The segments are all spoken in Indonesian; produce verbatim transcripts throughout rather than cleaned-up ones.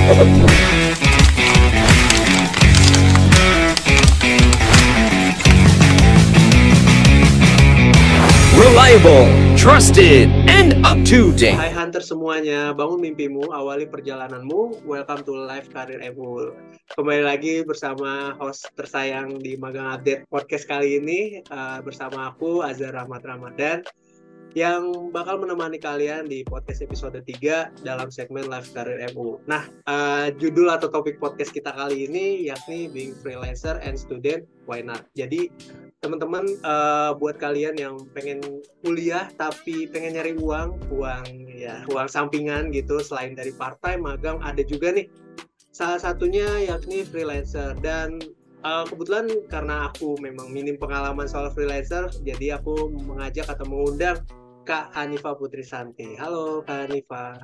Reliable, trusted, and up to date. Hai Hunter semuanya, bangun mimpimu, awali perjalananmu. Welcome to Life Career Evolve. Kembali lagi bersama host tersayang di Magang Update Podcast kali ini, uh, bersama aku Azhar Rahmat Ramadan yang bakal menemani kalian di podcast episode tiga dalam segmen Life Career Evolve. Nah, uh, judul atau topik podcast kita kali ini yakni Being Freelancer and Student, Why Not? Jadi teman-teman, uh, buat kalian yang pengen kuliah tapi pengen nyari uang, uang ya, uang sampingan gitu selain dari part-time, magang, ada juga nih. Salah satunya yakni freelancer. Dan uh, kebetulan karena aku memang minim pengalaman soal freelancer, jadi aku mengajak atau mengundang Kak Hanifah Putrisanti. Halo Kak Hanifah.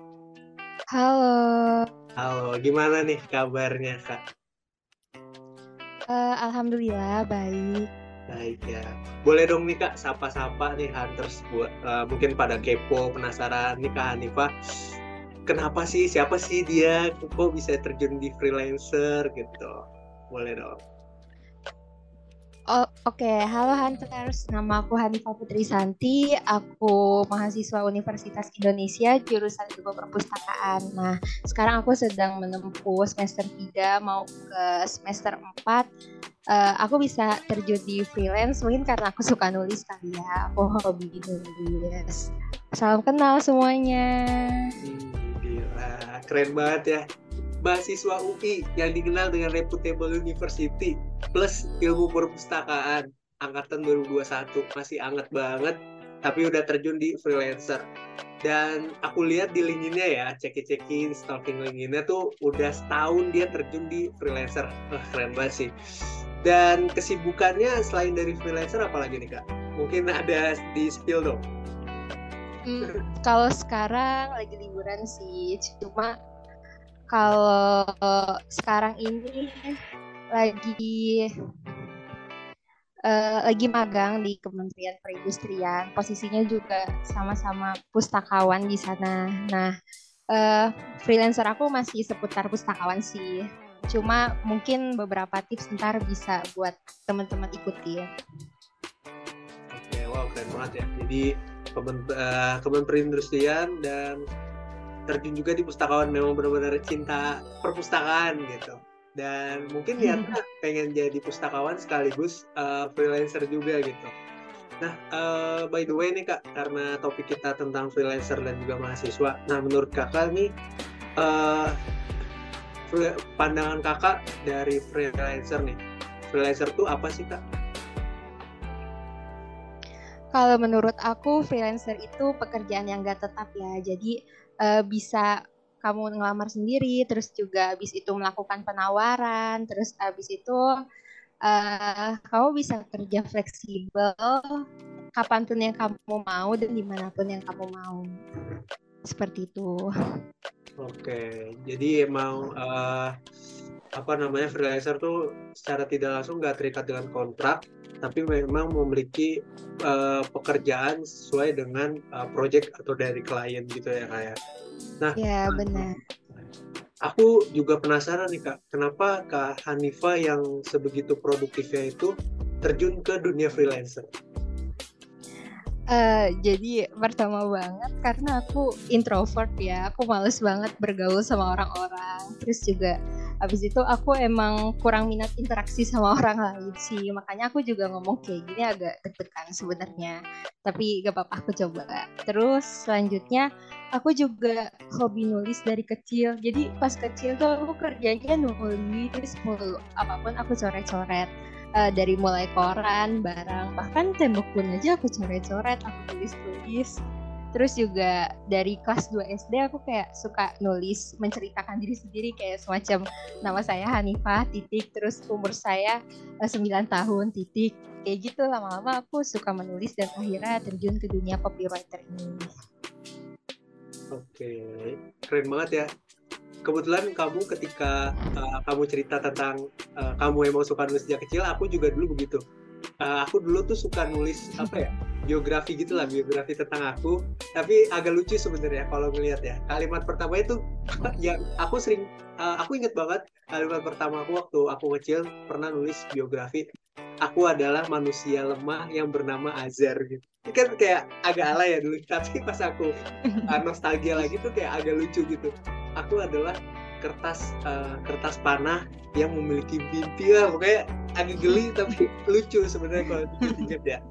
Halo. Halo, gimana nih kabarnya Kak? Uh, Alhamdulillah baik. Baik ya. Boleh dong nih Kak, sapa-sapa nih Hunters buat uh, mungkin pada kepo, penasaran nih Kak Hanifah. Kenapa sih, siapa sih dia? Kok bisa terjun di freelancer gitu? Boleh dong. Oh, Oke, okay. Halo Hunters, nama aku Hanifah Putrisanti, aku mahasiswa Universitas Indonesia jurusan Ilmu Perpustakaan. Nah, sekarang aku sedang menempuh semester tiga mau ke semester empat. Uh, aku bisa terjun di freelance mungkin karena aku suka nulis kali ya, aku hobi nulis. Salam kenal semuanya. Hmm, gila, keren banget ya. Mahasiswa U I yang dikenal dengan reputable university plus ilmu perpustakaan angkatan dua ribu dua puluh satu, masih anget banget tapi udah terjun di freelancer. Dan aku lihat di LinkedIn-nya ya, cekin-cekin stalking LinkedIn-nya tuh udah setahun dia terjun di freelancer. Wah, keren banget sih. Dan kesibukannya selain dari freelancer apalagi nih Kak? Mungkin ada di spill dong. Hmm, kalau sekarang lagi liburan sih, cuma kalau sekarang ini lagi uh, lagi magang di Kementerian Perindustrian, posisinya juga sama-sama pustakawan di sana. Nah, uh, freelancer aku masih seputar pustakawan sih. Cuma mungkin beberapa tips ntar bisa buat teman-teman ikutin. Oke, wow, keren banget ya. Jadi Kemen, uh, Kementerian Perindustrian dan terjun juga di pustakawan, memang benar-benar cinta perpustakaan gitu. Dan mungkin niatnya pengen jadi pustakawan sekaligus uh, freelancer juga gitu. Nah, uh, by the way nih Kak, karena topik kita tentang freelancer dan juga mahasiswa. Nah, menurut Kakak nih, uh, pandangan Kakak dari freelancer nih. Freelancer tuh apa sih Kak? Kalau menurut aku freelancer itu pekerjaan yang gak tetap ya. Jadi uh, bisa kamu ngelamar sendiri, terus juga habis itu melakukan penawaran, terus habis itu uh, kamu bisa kerja fleksibel kapanpun yang kamu mau dan dimanapun yang kamu mau. Seperti itu. Oke, jadi emang uh, apa namanya freelancer tuh secara tidak langsung nggak terikat dengan kontrak, tapi memang memiliki uh, pekerjaan sesuai dengan uh, project atau dari klien gitu ya kayak. Nah, ya benar. Aku juga penasaran nih Kak, kenapa Kak Hanifah yang sebegitu produktifnya itu terjun ke dunia freelancer? Uh, jadi pertama banget karena aku introvert ya, aku males banget bergaul sama orang-orang. Terus juga habis itu aku emang kurang minat interaksi sama orang lain sih, makanya aku juga ngomong kayak gini agak deg-degan sebenarnya. Tapi gak apa-apa, aku coba. Terus selanjutnya aku juga hobi nulis dari kecil. Jadi pas kecil tuh aku kerjanya nulis mulu, apapun aku coret-coret. Uh, dari mulai koran, barang, bahkan tembok pun aja aku coret-coret, aku tulis-tulis. Terus juga dari kelas dua S D aku kayak suka nulis, menceritakan diri sendiri kayak semacam nama saya Hanifah, titik, terus umur saya uh, sembilan tahun, titik. Kayak gitu lama-lama aku suka menulis dan akhirnya terjun ke dunia copywriter ini. Oke, keren banget ya. Kebetulan kamu ketika uh, kamu cerita tentang uh, kamu emang suka nulis sejak kecil, aku juga dulu begitu. Uh, aku dulu tuh suka nulis apa ya, biografi gitulah, biografi tentang aku. Tapi agak lucu sebenarnya kalau ngelihat ya. Kalimat pertama itu yang aku sering, uh, aku inget banget kalimat pertama aku waktu aku kecil pernah nulis biografi. Aku adalah manusia lemah yang bernama Azhar gitu. Ini kan kayak agak alay ya dulu, tapi pas aku uh, nostalgia lagi tuh kayak agak lucu gitu. Aku adalah kertas uh, kertas panah yang memiliki mimpi lah, pokoknya agak geli tapi lucu sebenarnya kalau diingat ya.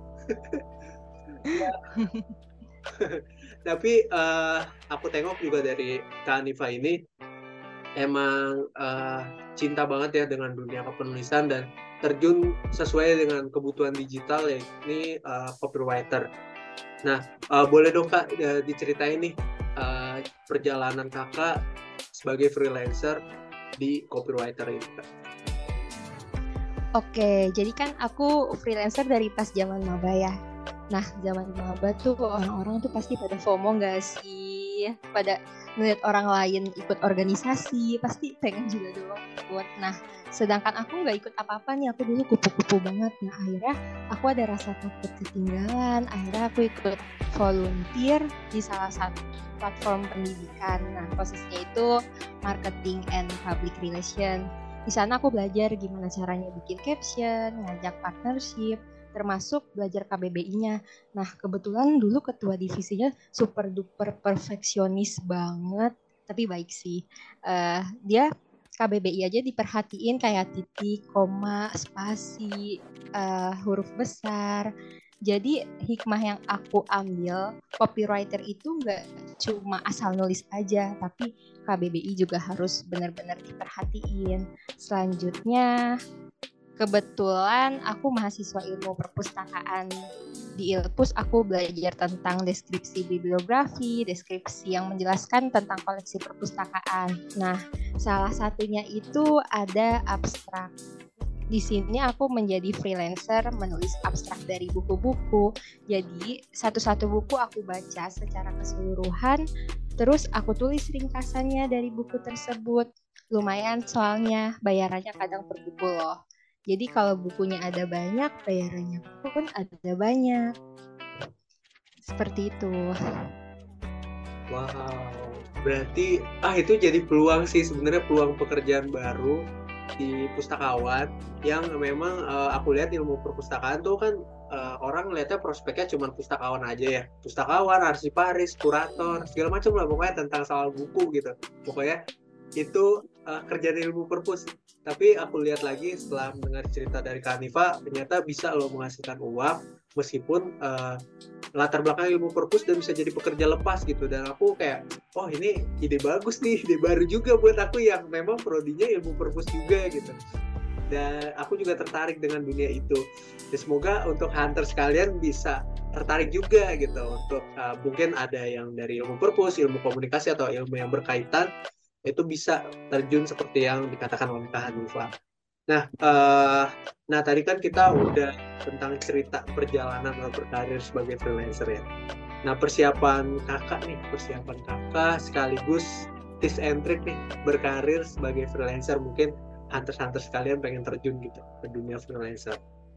Tapi uh, aku tengok juga dari Kak Hanifa ini emang uh, cinta banget ya dengan dunia kepenulisan dan terjun sesuai dengan kebutuhan digital ya, ini uh, copywriter. Nah, uh, boleh dong Kak uh, diceritain nih uh, perjalanan Kakak sebagai freelancer di copywriter ini Kak. Oke, jadi kan aku freelancer dari pas zaman maba ya. Nah, zaman maba tuh orang-orang tuh pasti pada FOMO gak sih? Pada ngeliat orang lain ikut organisasi, pasti pengen juga dong ikut. Nah, sedangkan aku gak ikut apa-apa nih, aku dulu kupu-kupu banget. Nah, akhirnya aku ada rasa takut ketinggalan. Akhirnya aku ikut volunteer di salah satu platform pendidikan. Nah, posisinya itu marketing and public relation. Di sana aku belajar gimana caranya bikin caption, ngajak partnership, termasuk belajar K B B I-nya. Nah, kebetulan dulu ketua divisinya super duper perfeksionis banget, tapi baik sih. Uh, dia K B B I aja diperhatiin kayak titik, koma, spasi, uh, huruf besar. Jadi hikmah yang aku ambil, copywriter itu nggak cuma asal nulis aja, tapi K B B I juga harus benar-benar diperhatiin. Selanjutnya, kebetulan aku mahasiswa ilmu perpustakaan. Di Ilpus aku belajar tentang deskripsi bibliografi, deskripsi yang menjelaskan tentang koleksi perpustakaan. Nah, salah satunya itu ada abstrak. Di sini aku menjadi freelancer menulis abstrak dari buku-buku. Jadi satu-satu buku aku baca secara keseluruhan, terus aku tulis ringkasannya dari buku tersebut. Lumayan soalnya bayarannya kadang per buku loh. Jadi kalau bukunya ada banyak, bayarannya pun ada banyak. Seperti itu. Wow, berarti ah itu jadi peluang sih sebenarnya, peluang pekerjaan baru di pustakawan yang memang uh, aku lihat ilmu perpustakaan tuh kan uh, orang lihatnya prospeknya cuma pustakawan aja ya, pustakawan, arsiparis, kurator, segala macam lah pokoknya tentang soal buku gitu, pokoknya itu uh, kerjaan ilmu perpus. Tapi aku lihat lagi setelah mendengar cerita dari Kak Hanifa, ternyata bisa loh menghasilkan uang meskipun uh, latar belakang ilmu perpus dan bisa jadi pekerja lepas gitu. Dan aku kayak, oh ini ide bagus nih, ide baru juga buat aku yang memang prodinya ilmu perpus juga gitu. Dan aku juga tertarik dengan dunia itu. Dan semoga untuk hunter sekalian bisa tertarik juga gitu untuk uh, mungkin ada yang dari ilmu perpus, ilmu komunikasi atau ilmu yang berkaitan, itu bisa terjun seperti yang dikatakan oleh Kak Hanifa. Nah, uh, nah tadi kan kita udah tentang cerita perjalanan berkarir sebagai freelancer ya. Nah, persiapan kakak nih, persiapan kakak sekaligus tips and trick nih berkarir sebagai freelancer, mungkin hunter-hunter sekalian pengen terjun gitu ke dunia freelancer.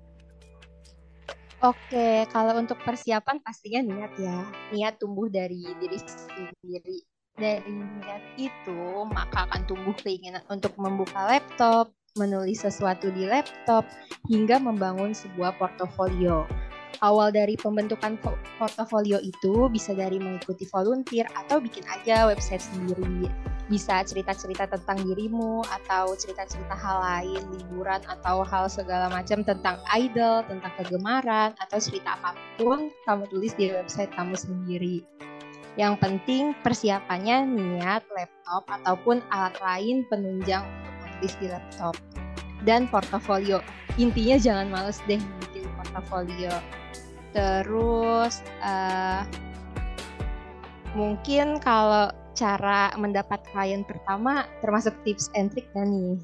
Oke, kalau untuk persiapan pastinya niat ya. Niat tumbuh dari diri sendiri. Dari niat itu, maka akan tumbuh keinginan untuk membuka laptop, menulis sesuatu di laptop, hingga membangun sebuah portofolio. Awal dari pembentukan portofolio itu bisa dari mengikuti volunteer atau bikin aja website sendiri. Bisa cerita-cerita tentang dirimu atau cerita-cerita hal lain, liburan atau hal segala macam tentang idol, tentang kegemaran, atau cerita apapun kamu tulis di website kamu sendiri. Yang penting persiapannya niat, laptop, ataupun alat lain penunjang untuk menulis di laptop. Dan portofolio. Intinya jangan males deh bikin portofolio. Terus uh, mungkin kalau cara mendapat klien pertama termasuk tips and trick kan nih.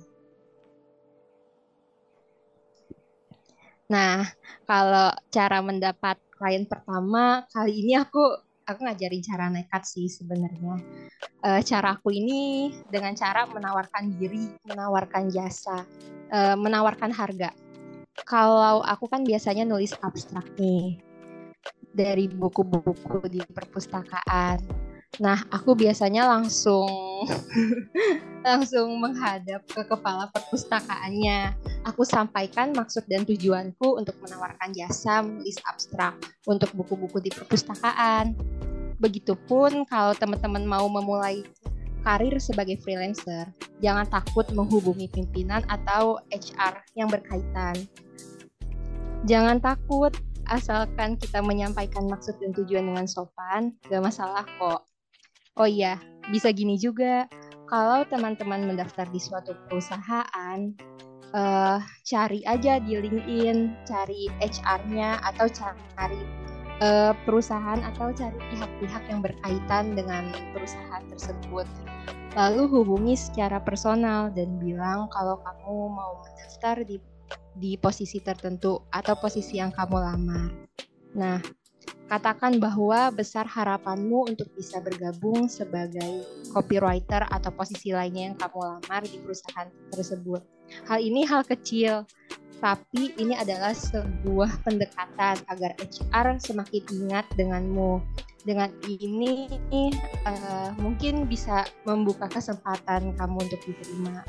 Nah, kalau cara mendapat klien pertama, kali ini aku aku ngajarin cara nekat sih sebenarnya. E, cara aku ini dengan cara menawarkan diri, menawarkan jasa, e, menawarkan harga. Kalau aku kan biasanya nulis abstrak nih. dari buku-buku di perpustakaan. Nah, aku biasanya langsung langsung menghadap ke kepala perpustakaannya. Aku sampaikan maksud dan tujuanku untuk menawarkan jasa menulis abstrak untuk buku-buku di perpustakaan. Begitupun kalau teman-teman mau memulai karir sebagai freelancer, jangan takut menghubungi pimpinan atau H R yang berkaitan. Jangan takut, asalkan kita menyampaikan maksud dan tujuan dengan sopan, gak masalah kok. Oh iya, bisa gini juga, kalau teman-teman mendaftar di suatu perusahaan, uh, cari aja di LinkedIn, cari H R-nya atau cari uh, perusahaan atau cari pihak-pihak yang berkaitan dengan perusahaan tersebut. Lalu hubungi secara personal dan bilang kalau kamu mau mendaftar di di posisi tertentu atau posisi yang kamu lamar. Nah, katakan bahwa besar harapanmu untuk bisa bergabung sebagai copywriter atau posisi lainnya yang kamu lamar di perusahaan tersebut. Hal ini hal kecil, tapi ini adalah sebuah pendekatan agar H R semakin ingat denganmu. Dengan ini uh, mungkin bisa membuka kesempatan kamu untuk diterima.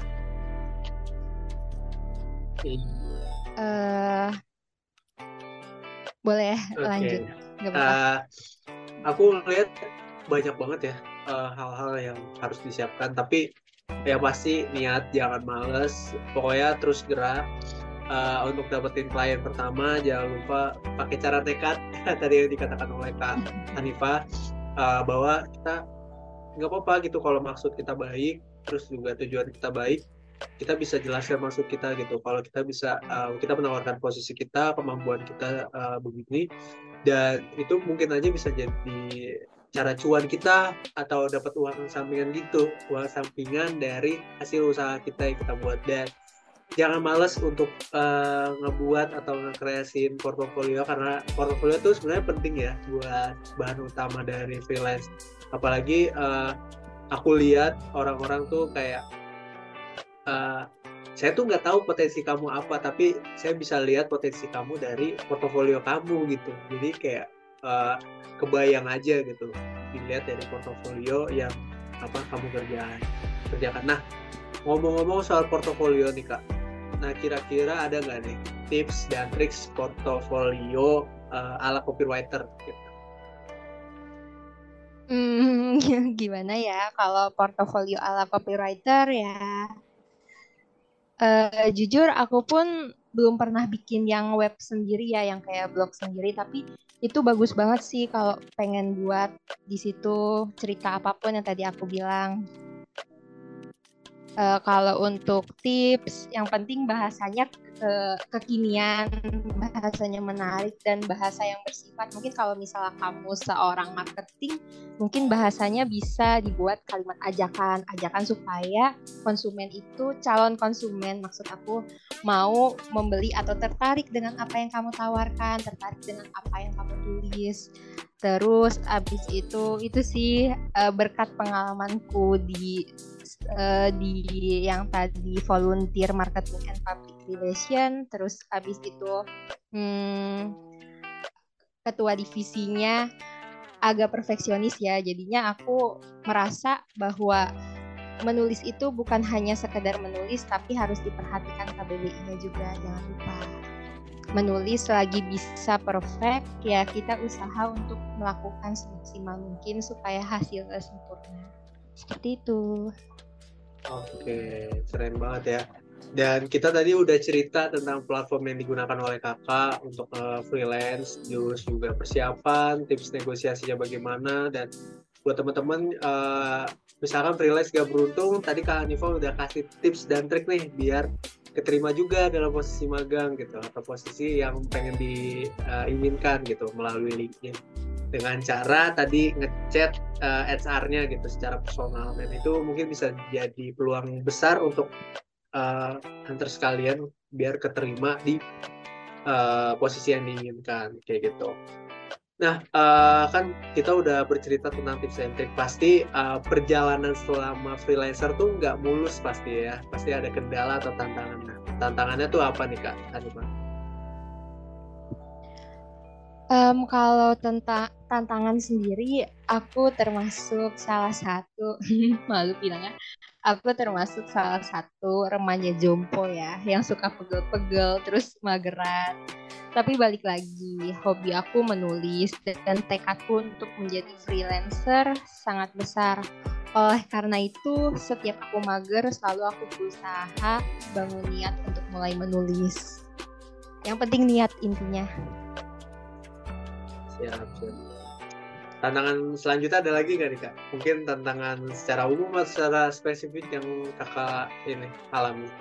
Uh, boleh okay. lanjut. Uh, aku lihat banyak banget ya uh, hal-hal yang harus disiapkan, tapi ya pasti niat, jangan males, pokoknya terus gerak. Uh, untuk dapetin klien pertama jangan lupa pakai cara nekat tadi yang dikatakan oleh Kak Hanifah, uh, bahwa kita nggak apa-apa gitu kalau maksud kita baik, terus juga tujuan kita baik, kita bisa jelaskan maksud kita gitu. Kalau kita bisa uh, kita menawarkan posisi kita, kemampuan kita uh, begini, dan itu mungkin aja bisa jadi cara cuan kita atau dapat uang sampingan gitu, uang sampingan dari hasil usaha kita yang kita buat. Dan jangan malas untuk uh, ngebuat atau nge-creasin portofolio, karena portofolio itu sebenarnya penting ya buat bahan utama dari freelance. Apalagi uh, aku lihat orang-orang tuh kayak uh, saya tuh nggak tahu potensi kamu apa, tapi saya bisa lihat potensi kamu dari portofolio kamu gitu. Jadi kayak uh, kebayang aja gitu dilihat dari portofolio yang apa kamu kerjaan kerjakan. Nah, ngomong-ngomong soal portofolio nih Kak, nah kira-kira ada nggak nih tips dan triks portofolio uh, ala copywriter gitu? Hmm, gimana ya kalau portofolio ala copywriter ya? Uh, jujur aku pun belum pernah bikin yang web sendiri ya, yang kayak blog sendiri, tapi itu bagus banget sih kalau pengen buat di situ cerita apapun yang tadi aku bilang. Uh, kalau untuk tips, yang penting bahasanya ke, kekinian, bahasanya menarik, dan bahasa yang bersifat. Mungkin kalau misalnya kamu seorang marketing, mungkin bahasanya bisa dibuat kalimat ajakan, ajakan supaya konsumen itu, calon konsumen, maksud aku, mau membeli atau tertarik dengan apa yang kamu tawarkan, tertarik dengan apa yang kamu tulis. Terus abis itu, itu sih uh, berkat pengalamanku di Uh, di yang tadi volunteer marketing and public relation, terus abis itu hmm, ketua divisinya agak perfeksionis ya, jadinya aku merasa bahwa menulis itu bukan hanya sekedar menulis, tapi harus diperhatikan K B B I-nya juga, jangan lupa. Menulis lagi bisa perfect ya, kita usaha untuk melakukan semaksimal mungkin supaya hasilnya sempurna. Seperti itu. Oke, keren banget ya. Dan kita tadi udah cerita tentang platform yang digunakan oleh kakak untuk uh, freelance, terus juga persiapan, tips negosiasinya bagaimana, dan buat teman-teman uh, misalkan freelance gak beruntung, tadi Kak Hanifah udah kasih tips dan trik nih biar keterima juga dalam posisi magang gitu, atau posisi yang pengen diinginkan uh, gitu melalui LinkedIn. Dengan cara tadi ngechat uh, H R-nya gitu secara personal, dan itu mungkin bisa jadi peluang besar untuk uh, hunter sekalian biar keterima di uh, posisi yang diinginkan kayak gitu. Nah, uh, kan kita udah bercerita tentang tips and trik. Pasti uh, perjalanan selama freelancer tuh nggak mulus pasti ya, pasti ada kendala atau tantangan. Nah, tantangannya tuh apa nih Kak Hanifah? Um, kalau tentang tantangan sendiri, aku termasuk salah satu, malu bilangnya, aku termasuk salah satu remaja jompo ya, yang suka pegel-pegel, terus mageran. Tapi balik lagi, hobi aku menulis dan tekadku untuk menjadi freelancer sangat besar. Oleh karena itu, setiap aku mager, selalu aku berusaha bangun niat untuk mulai menulis. Yang penting niat intinya. Siap, siap. Tantangan selanjutnya ada lagi nggak nih Kak? Mungkin tantangan secara umum atau secara spesifik yang Kakak ini alami?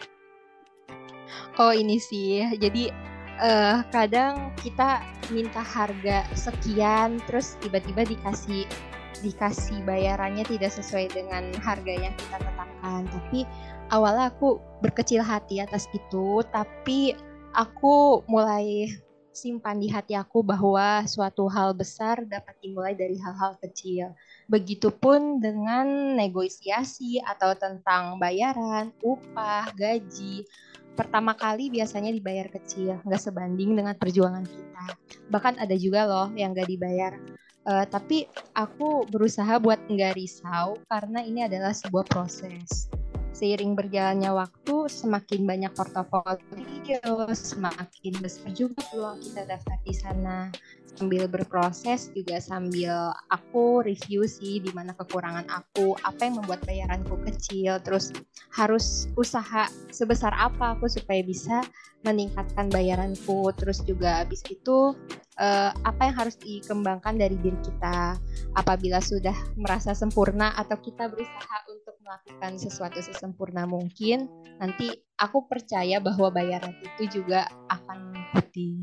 Oh ini sih, jadi uh, kadang kita minta harga sekian, terus tiba-tiba dikasih dikasih bayarannya tidak sesuai dengan harga yang kita tetapkan. Tapi awalnya aku berkecil hati atas itu, tapi aku mulai simpan di hati aku bahwa suatu hal besar dapat dimulai dari hal-hal kecil. Begitupun dengan negosiasi atau tentang bayaran, upah, gaji. Pertama kali biasanya dibayar kecil, nggak sebanding dengan perjuangan kita. Bahkan ada juga loh yang nggak dibayar. Uh, tapi aku berusaha buat nggak risau karena ini adalah sebuah proses. Seiring berjalannya waktu, semakin banyak portofolio, semakin besar juga peluang kita daftar di sana. Sambil berproses juga sambil aku review sih di mana kekurangan aku, apa yang membuat bayaranku kecil, terus harus usaha sebesar apa aku supaya bisa meningkatkan bayaranku, terus juga habis itu uh, apa yang harus dikembangkan dari diri kita. Apabila sudah merasa sempurna atau kita berusaha untuk melakukan sesuatu sesempurna mungkin, nanti aku percaya bahwa bayaran itu juga akan mengikuti.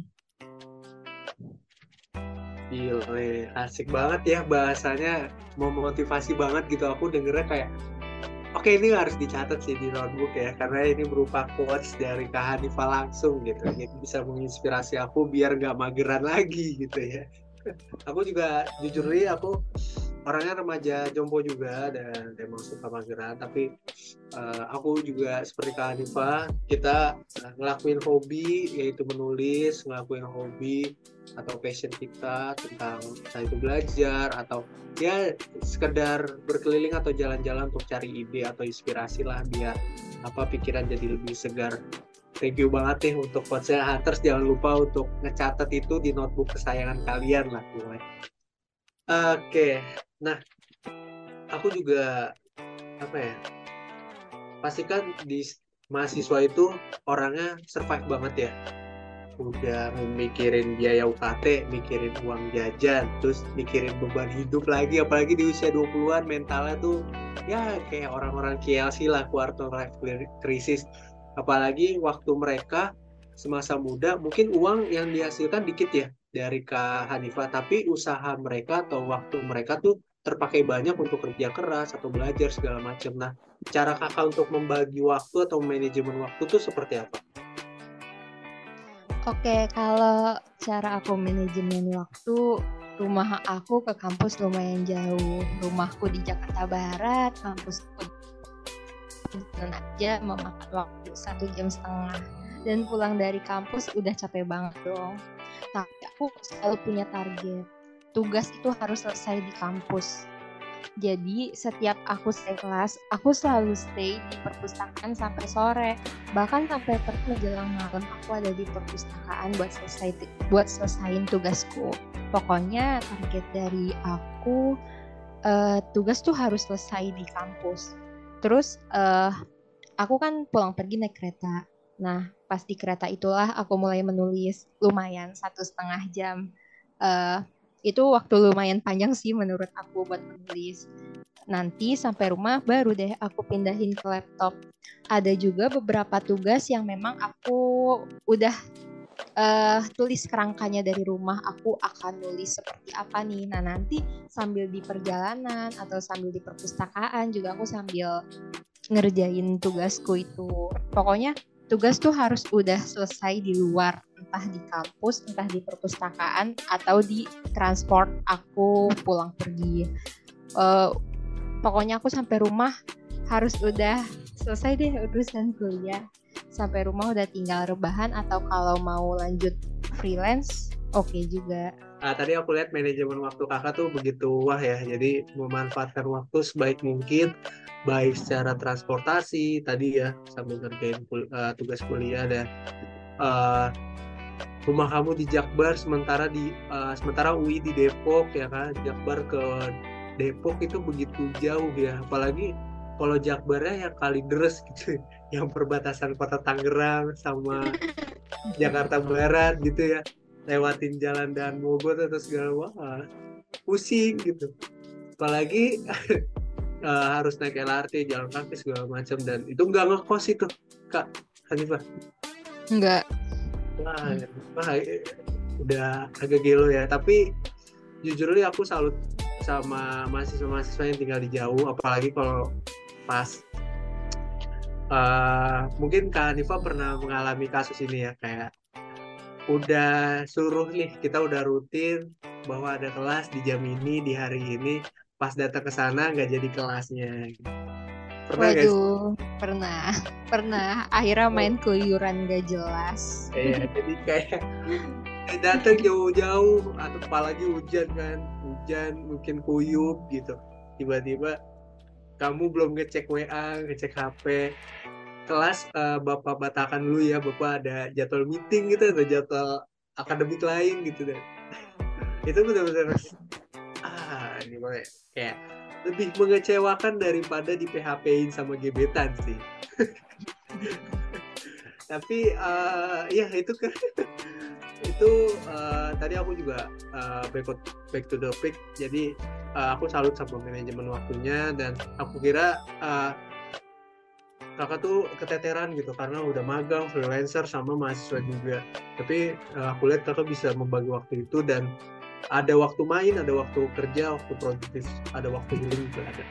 Gile, asik banget ya bahasanya, memotivasi banget gitu. Aku dengernya kayak, oke ini harus dicatat sih di notebook ya, karena ini berupa quotes dari Kak Hanifah langsung gitu. Jadi bisa menginspirasi aku biar gak mageran lagi gitu ya. Aku juga jujur nih, aku orangnya remaja jompo juga dan emang suka mageran, tapi uh, aku juga seperti Kak Hanifah, kita uh, ngelakuin hobi yaitu menulis, ngelakuin hobi atau passion kita tentang entah itu belajar atau ya sekedar berkeliling atau jalan-jalan untuk cari ide atau inspirasi lah biar apa pikiran jadi lebih segar. Thank you banget nih untuk Quotesnya Hunters, jangan lupa untuk ngecatat itu di notebook kesayangan kalian lah gue. Oke, nah aku juga apa ya, pastikan di mahasiswa itu orangnya survive banget ya, udah mikirin biaya U K T, mikirin uang jajan, terus mikirin beban hidup lagi, apalagi di usia dua puluhan mentalnya tuh ya kayak orang-orang K L C lah, quarter life crisis. Apalagi waktu mereka semasa muda, mungkin uang yang dihasilkan dikit ya dari Kak Hanifah, tapi usaha mereka atau waktu mereka tuh terpakai banyak untuk kerja keras atau belajar segala macam. Nah, cara kakak untuk membagi waktu atau manajemen waktu tuh seperti apa? Oke, kalau cara aku manajemen waktu, rumah aku ke kampus lumayan jauh. Rumahku di Jakarta Barat, kampusku dan aja memakan waktu satu jam setengah, dan pulang dari kampus udah capek banget dong. Tapi aku selalu punya target, tugas itu harus selesai di kampus. Jadi setiap aku stay kelas, aku selalu stay di perpustakaan sampai sore. Bahkan sampai menjelang malam aku ada di perpustakaan buat selesai buat selesaiin tugasku. Pokoknya target dari aku uh, tugas tuh harus selesai di kampus. Terus uh, aku kan pulang pergi naik kereta. Nah pas di kereta itulah aku mulai menulis, lumayan satu setengah jam. Uh, itu waktu lumayan panjang sih menurut aku buat menulis. Nanti sampai rumah baru deh aku pindahin ke laptop. Ada juga beberapa tugas yang memang aku udah uh, tulis kerangkanya dari rumah, aku akan nulis seperti apa nih. Nah nanti sambil di perjalanan atau sambil di perpustakaan juga aku sambil ngerjain tugasku itu. Pokoknya tugas tuh harus udah selesai di luar, entah di kampus, entah di perpustakaan, atau di transport aku pulang pergi. Uh, pokoknya aku sampai rumah harus udah selesai deh urusan kuliah. Sampai rumah udah tinggal rebahan, atau kalau mau lanjut freelance, oke juga. Nah, tadi aku lihat manajemen waktu kakak tuh begitu wah ya. Jadi memanfaatkan waktu sebaik mungkin, baik secara transportasi tadi ya sambil ngerjain kul- uh, tugas kuliah dan uh, rumah kamu di Jakbar sementara di uh, sementara U I di Depok ya kan. Jakbar ke Depok itu begitu jauh ya. Apalagi kalau Jakbarnya ya Kalideres gitu, yang perbatasan kota Tangerang sama Jakarta Barat gitu ya, lewatin jalan Dan Mogot atau segala wah pusing gitu, apalagi uh, harus naik L R T, jalan kaki segala macam, dan itu nggak ngekos itu Kak Hanifah. Enggak. Wah, wah udah agak gelo ya, tapi jujur li aku salut sama mahasiswa-mahasiswa yang tinggal di jauh, apalagi kalau pas uh, mungkin Kak Hanifah pernah mengalami kasus ini ya, kayak udah suruh nih, kita udah rutin bahwa ada kelas di jam ini di hari ini, pas datang ke sana nggak jadi kelasnya. Pernah guys? Waduh, pernah, pernah. Akhirnya main keluyuran gak jelas. Iya, jadi kayak datang jauh-jauh, atau apalagi hujan kan, hujan mungkin kuyup gitu. Tiba-tiba kamu belum ngecek W A, ngecek H P. Kelas uh, Bapak batakan dulu ya, Bapak ada jadwal meeting gitu, ada jadwal akademik lain gitu deh. Itu benar-benar ah gimana ya, kayak lebih mengecewakan daripada di P H P-in sama gebetan sih. Tapi uh, ya itu kan itu uh, tadi aku juga uh, back, back to the topic. Jadi uh, aku salut sama manajemen waktunya, dan aku kira uh, kakak tuh keteteran gitu karena udah magang, freelancer, sama mahasiswa juga. Tapi uh, aku lihat kakak bisa membagi waktu itu, dan ada waktu main, ada waktu kerja, waktu produktif, ada waktu healing juga ada.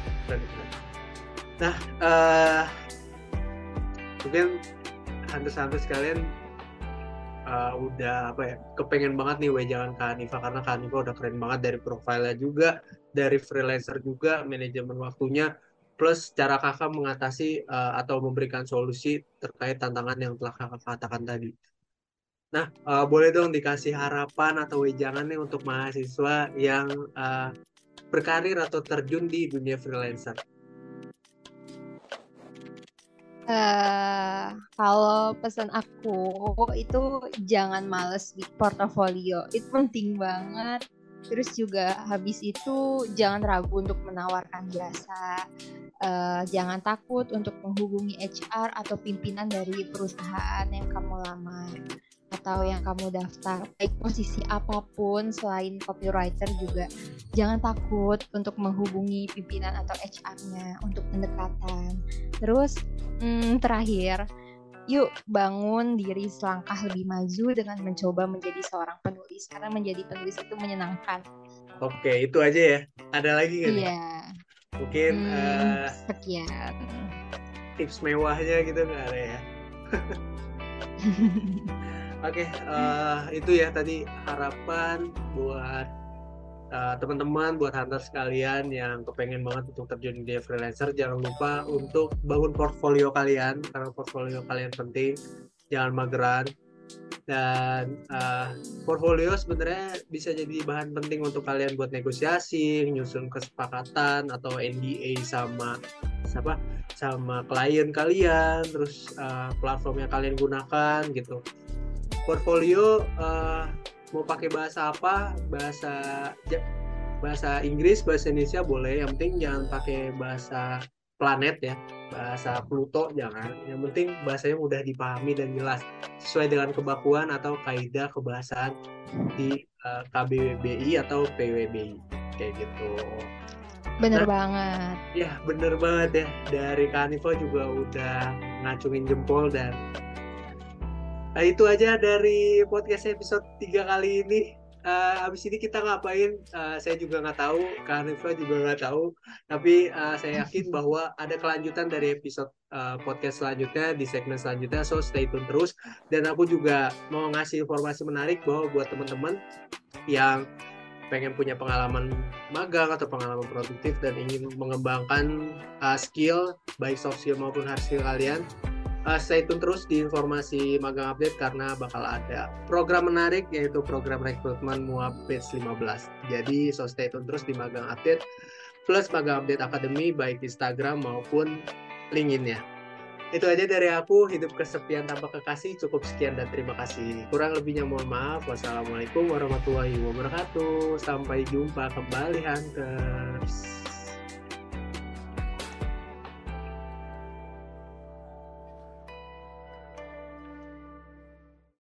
Nah, uh, mungkin hunters-hunters sekalian uh, udah apa ya, kepengen banget nih wejangan Kak Hanifah, karena Kak Hanifah udah keren banget dari profilnya juga, dari freelancer juga, manajemen waktunya, plus cara kakak mengatasi uh, atau memberikan solusi terkait tantangan yang telah kakak katakan tadi. Nah, uh, boleh dong dikasih harapan atau wejangan nih untuk mahasiswa yang uh, berkarir atau terjun di dunia freelancer. Uh, kalau pesan aku itu jangan males bikin portofolio, itu penting banget. Terus juga habis itu jangan ragu untuk menawarkan jasa. Uh, jangan takut untuk menghubungi H R atau pimpinan dari perusahaan yang kamu lamar atau yang kamu daftar, baik posisi apapun selain copywriter juga. Jangan takut untuk menghubungi pimpinan atau H R-nya untuk pendekatan. Terus hmm, terakhir, yuk bangun diri selangkah lebih maju dengan mencoba menjadi seorang penulis, karena menjadi penulis itu menyenangkan. Oke, itu aja ya. Ada lagi nggak nih? Iya. Mungkin hmm, uh, sekian tips mewahnya gitu nggak ada ya? Oke, okay, uh, itu ya tadi harapan buat uh, teman-teman, buat hunter sekalian yang kepengen banget untuk terjun di freelancer. Jangan lupa untuk bangun portfolio kalian, karena portfolio kalian penting. Jangan mageran. Dan uh, portfolio sebenarnya bisa jadi bahan penting untuk kalian buat negosiasi, nyusun kesepakatan atau N D A sama siapa, sama klien kalian, terus uh, platform yang kalian gunakan gitu. Portfolio uh, mau pakai bahasa apa, bahasa bahasa Inggris, bahasa Indonesia boleh, yang penting jangan pakai bahasa planet ya, bahasa Pluto jangan, yang penting bahasanya mudah dipahami dan jelas sesuai dengan kebakuan atau kaidah kebahasaan di uh, K B B I atau P W B I kayak gitu. Bener nah, banget. Ya bener banget ya, dari Kak Hanifah juga udah ngacungin jempol. Dan nah, itu aja dari podcast episode tiga kali ini. Uh, abis ini kita ngapain, uh, saya juga nggak tahu, Kak Hanifah juga nggak tahu, tapi uh, saya yakin bahwa ada kelanjutan dari episode uh, podcast selanjutnya di segmen selanjutnya, so stay tune terus. Dan aku juga mau ngasih informasi menarik bahwa buat teman-teman yang pengen punya pengalaman magang atau pengalaman produktif dan ingin mengembangkan uh, skill, baik soft skill maupun hard skill kalian, uh, stay tune terus di informasi Magang Update karena bakal ada program menarik yaitu program rekrutmen M U A batch lima belas. Jadi so stay tune terus di Magang Update plus Magang Update Academy baik Instagram maupun LinkedIn-nya. Itu aja dari aku, hidup kesepian tanpa kekasih. Cukup sekian dan terima kasih. Kurang lebihnya mohon maaf. Wassalamualaikum warahmatullahi wabarakatuh. Sampai jumpa kembali Hunters.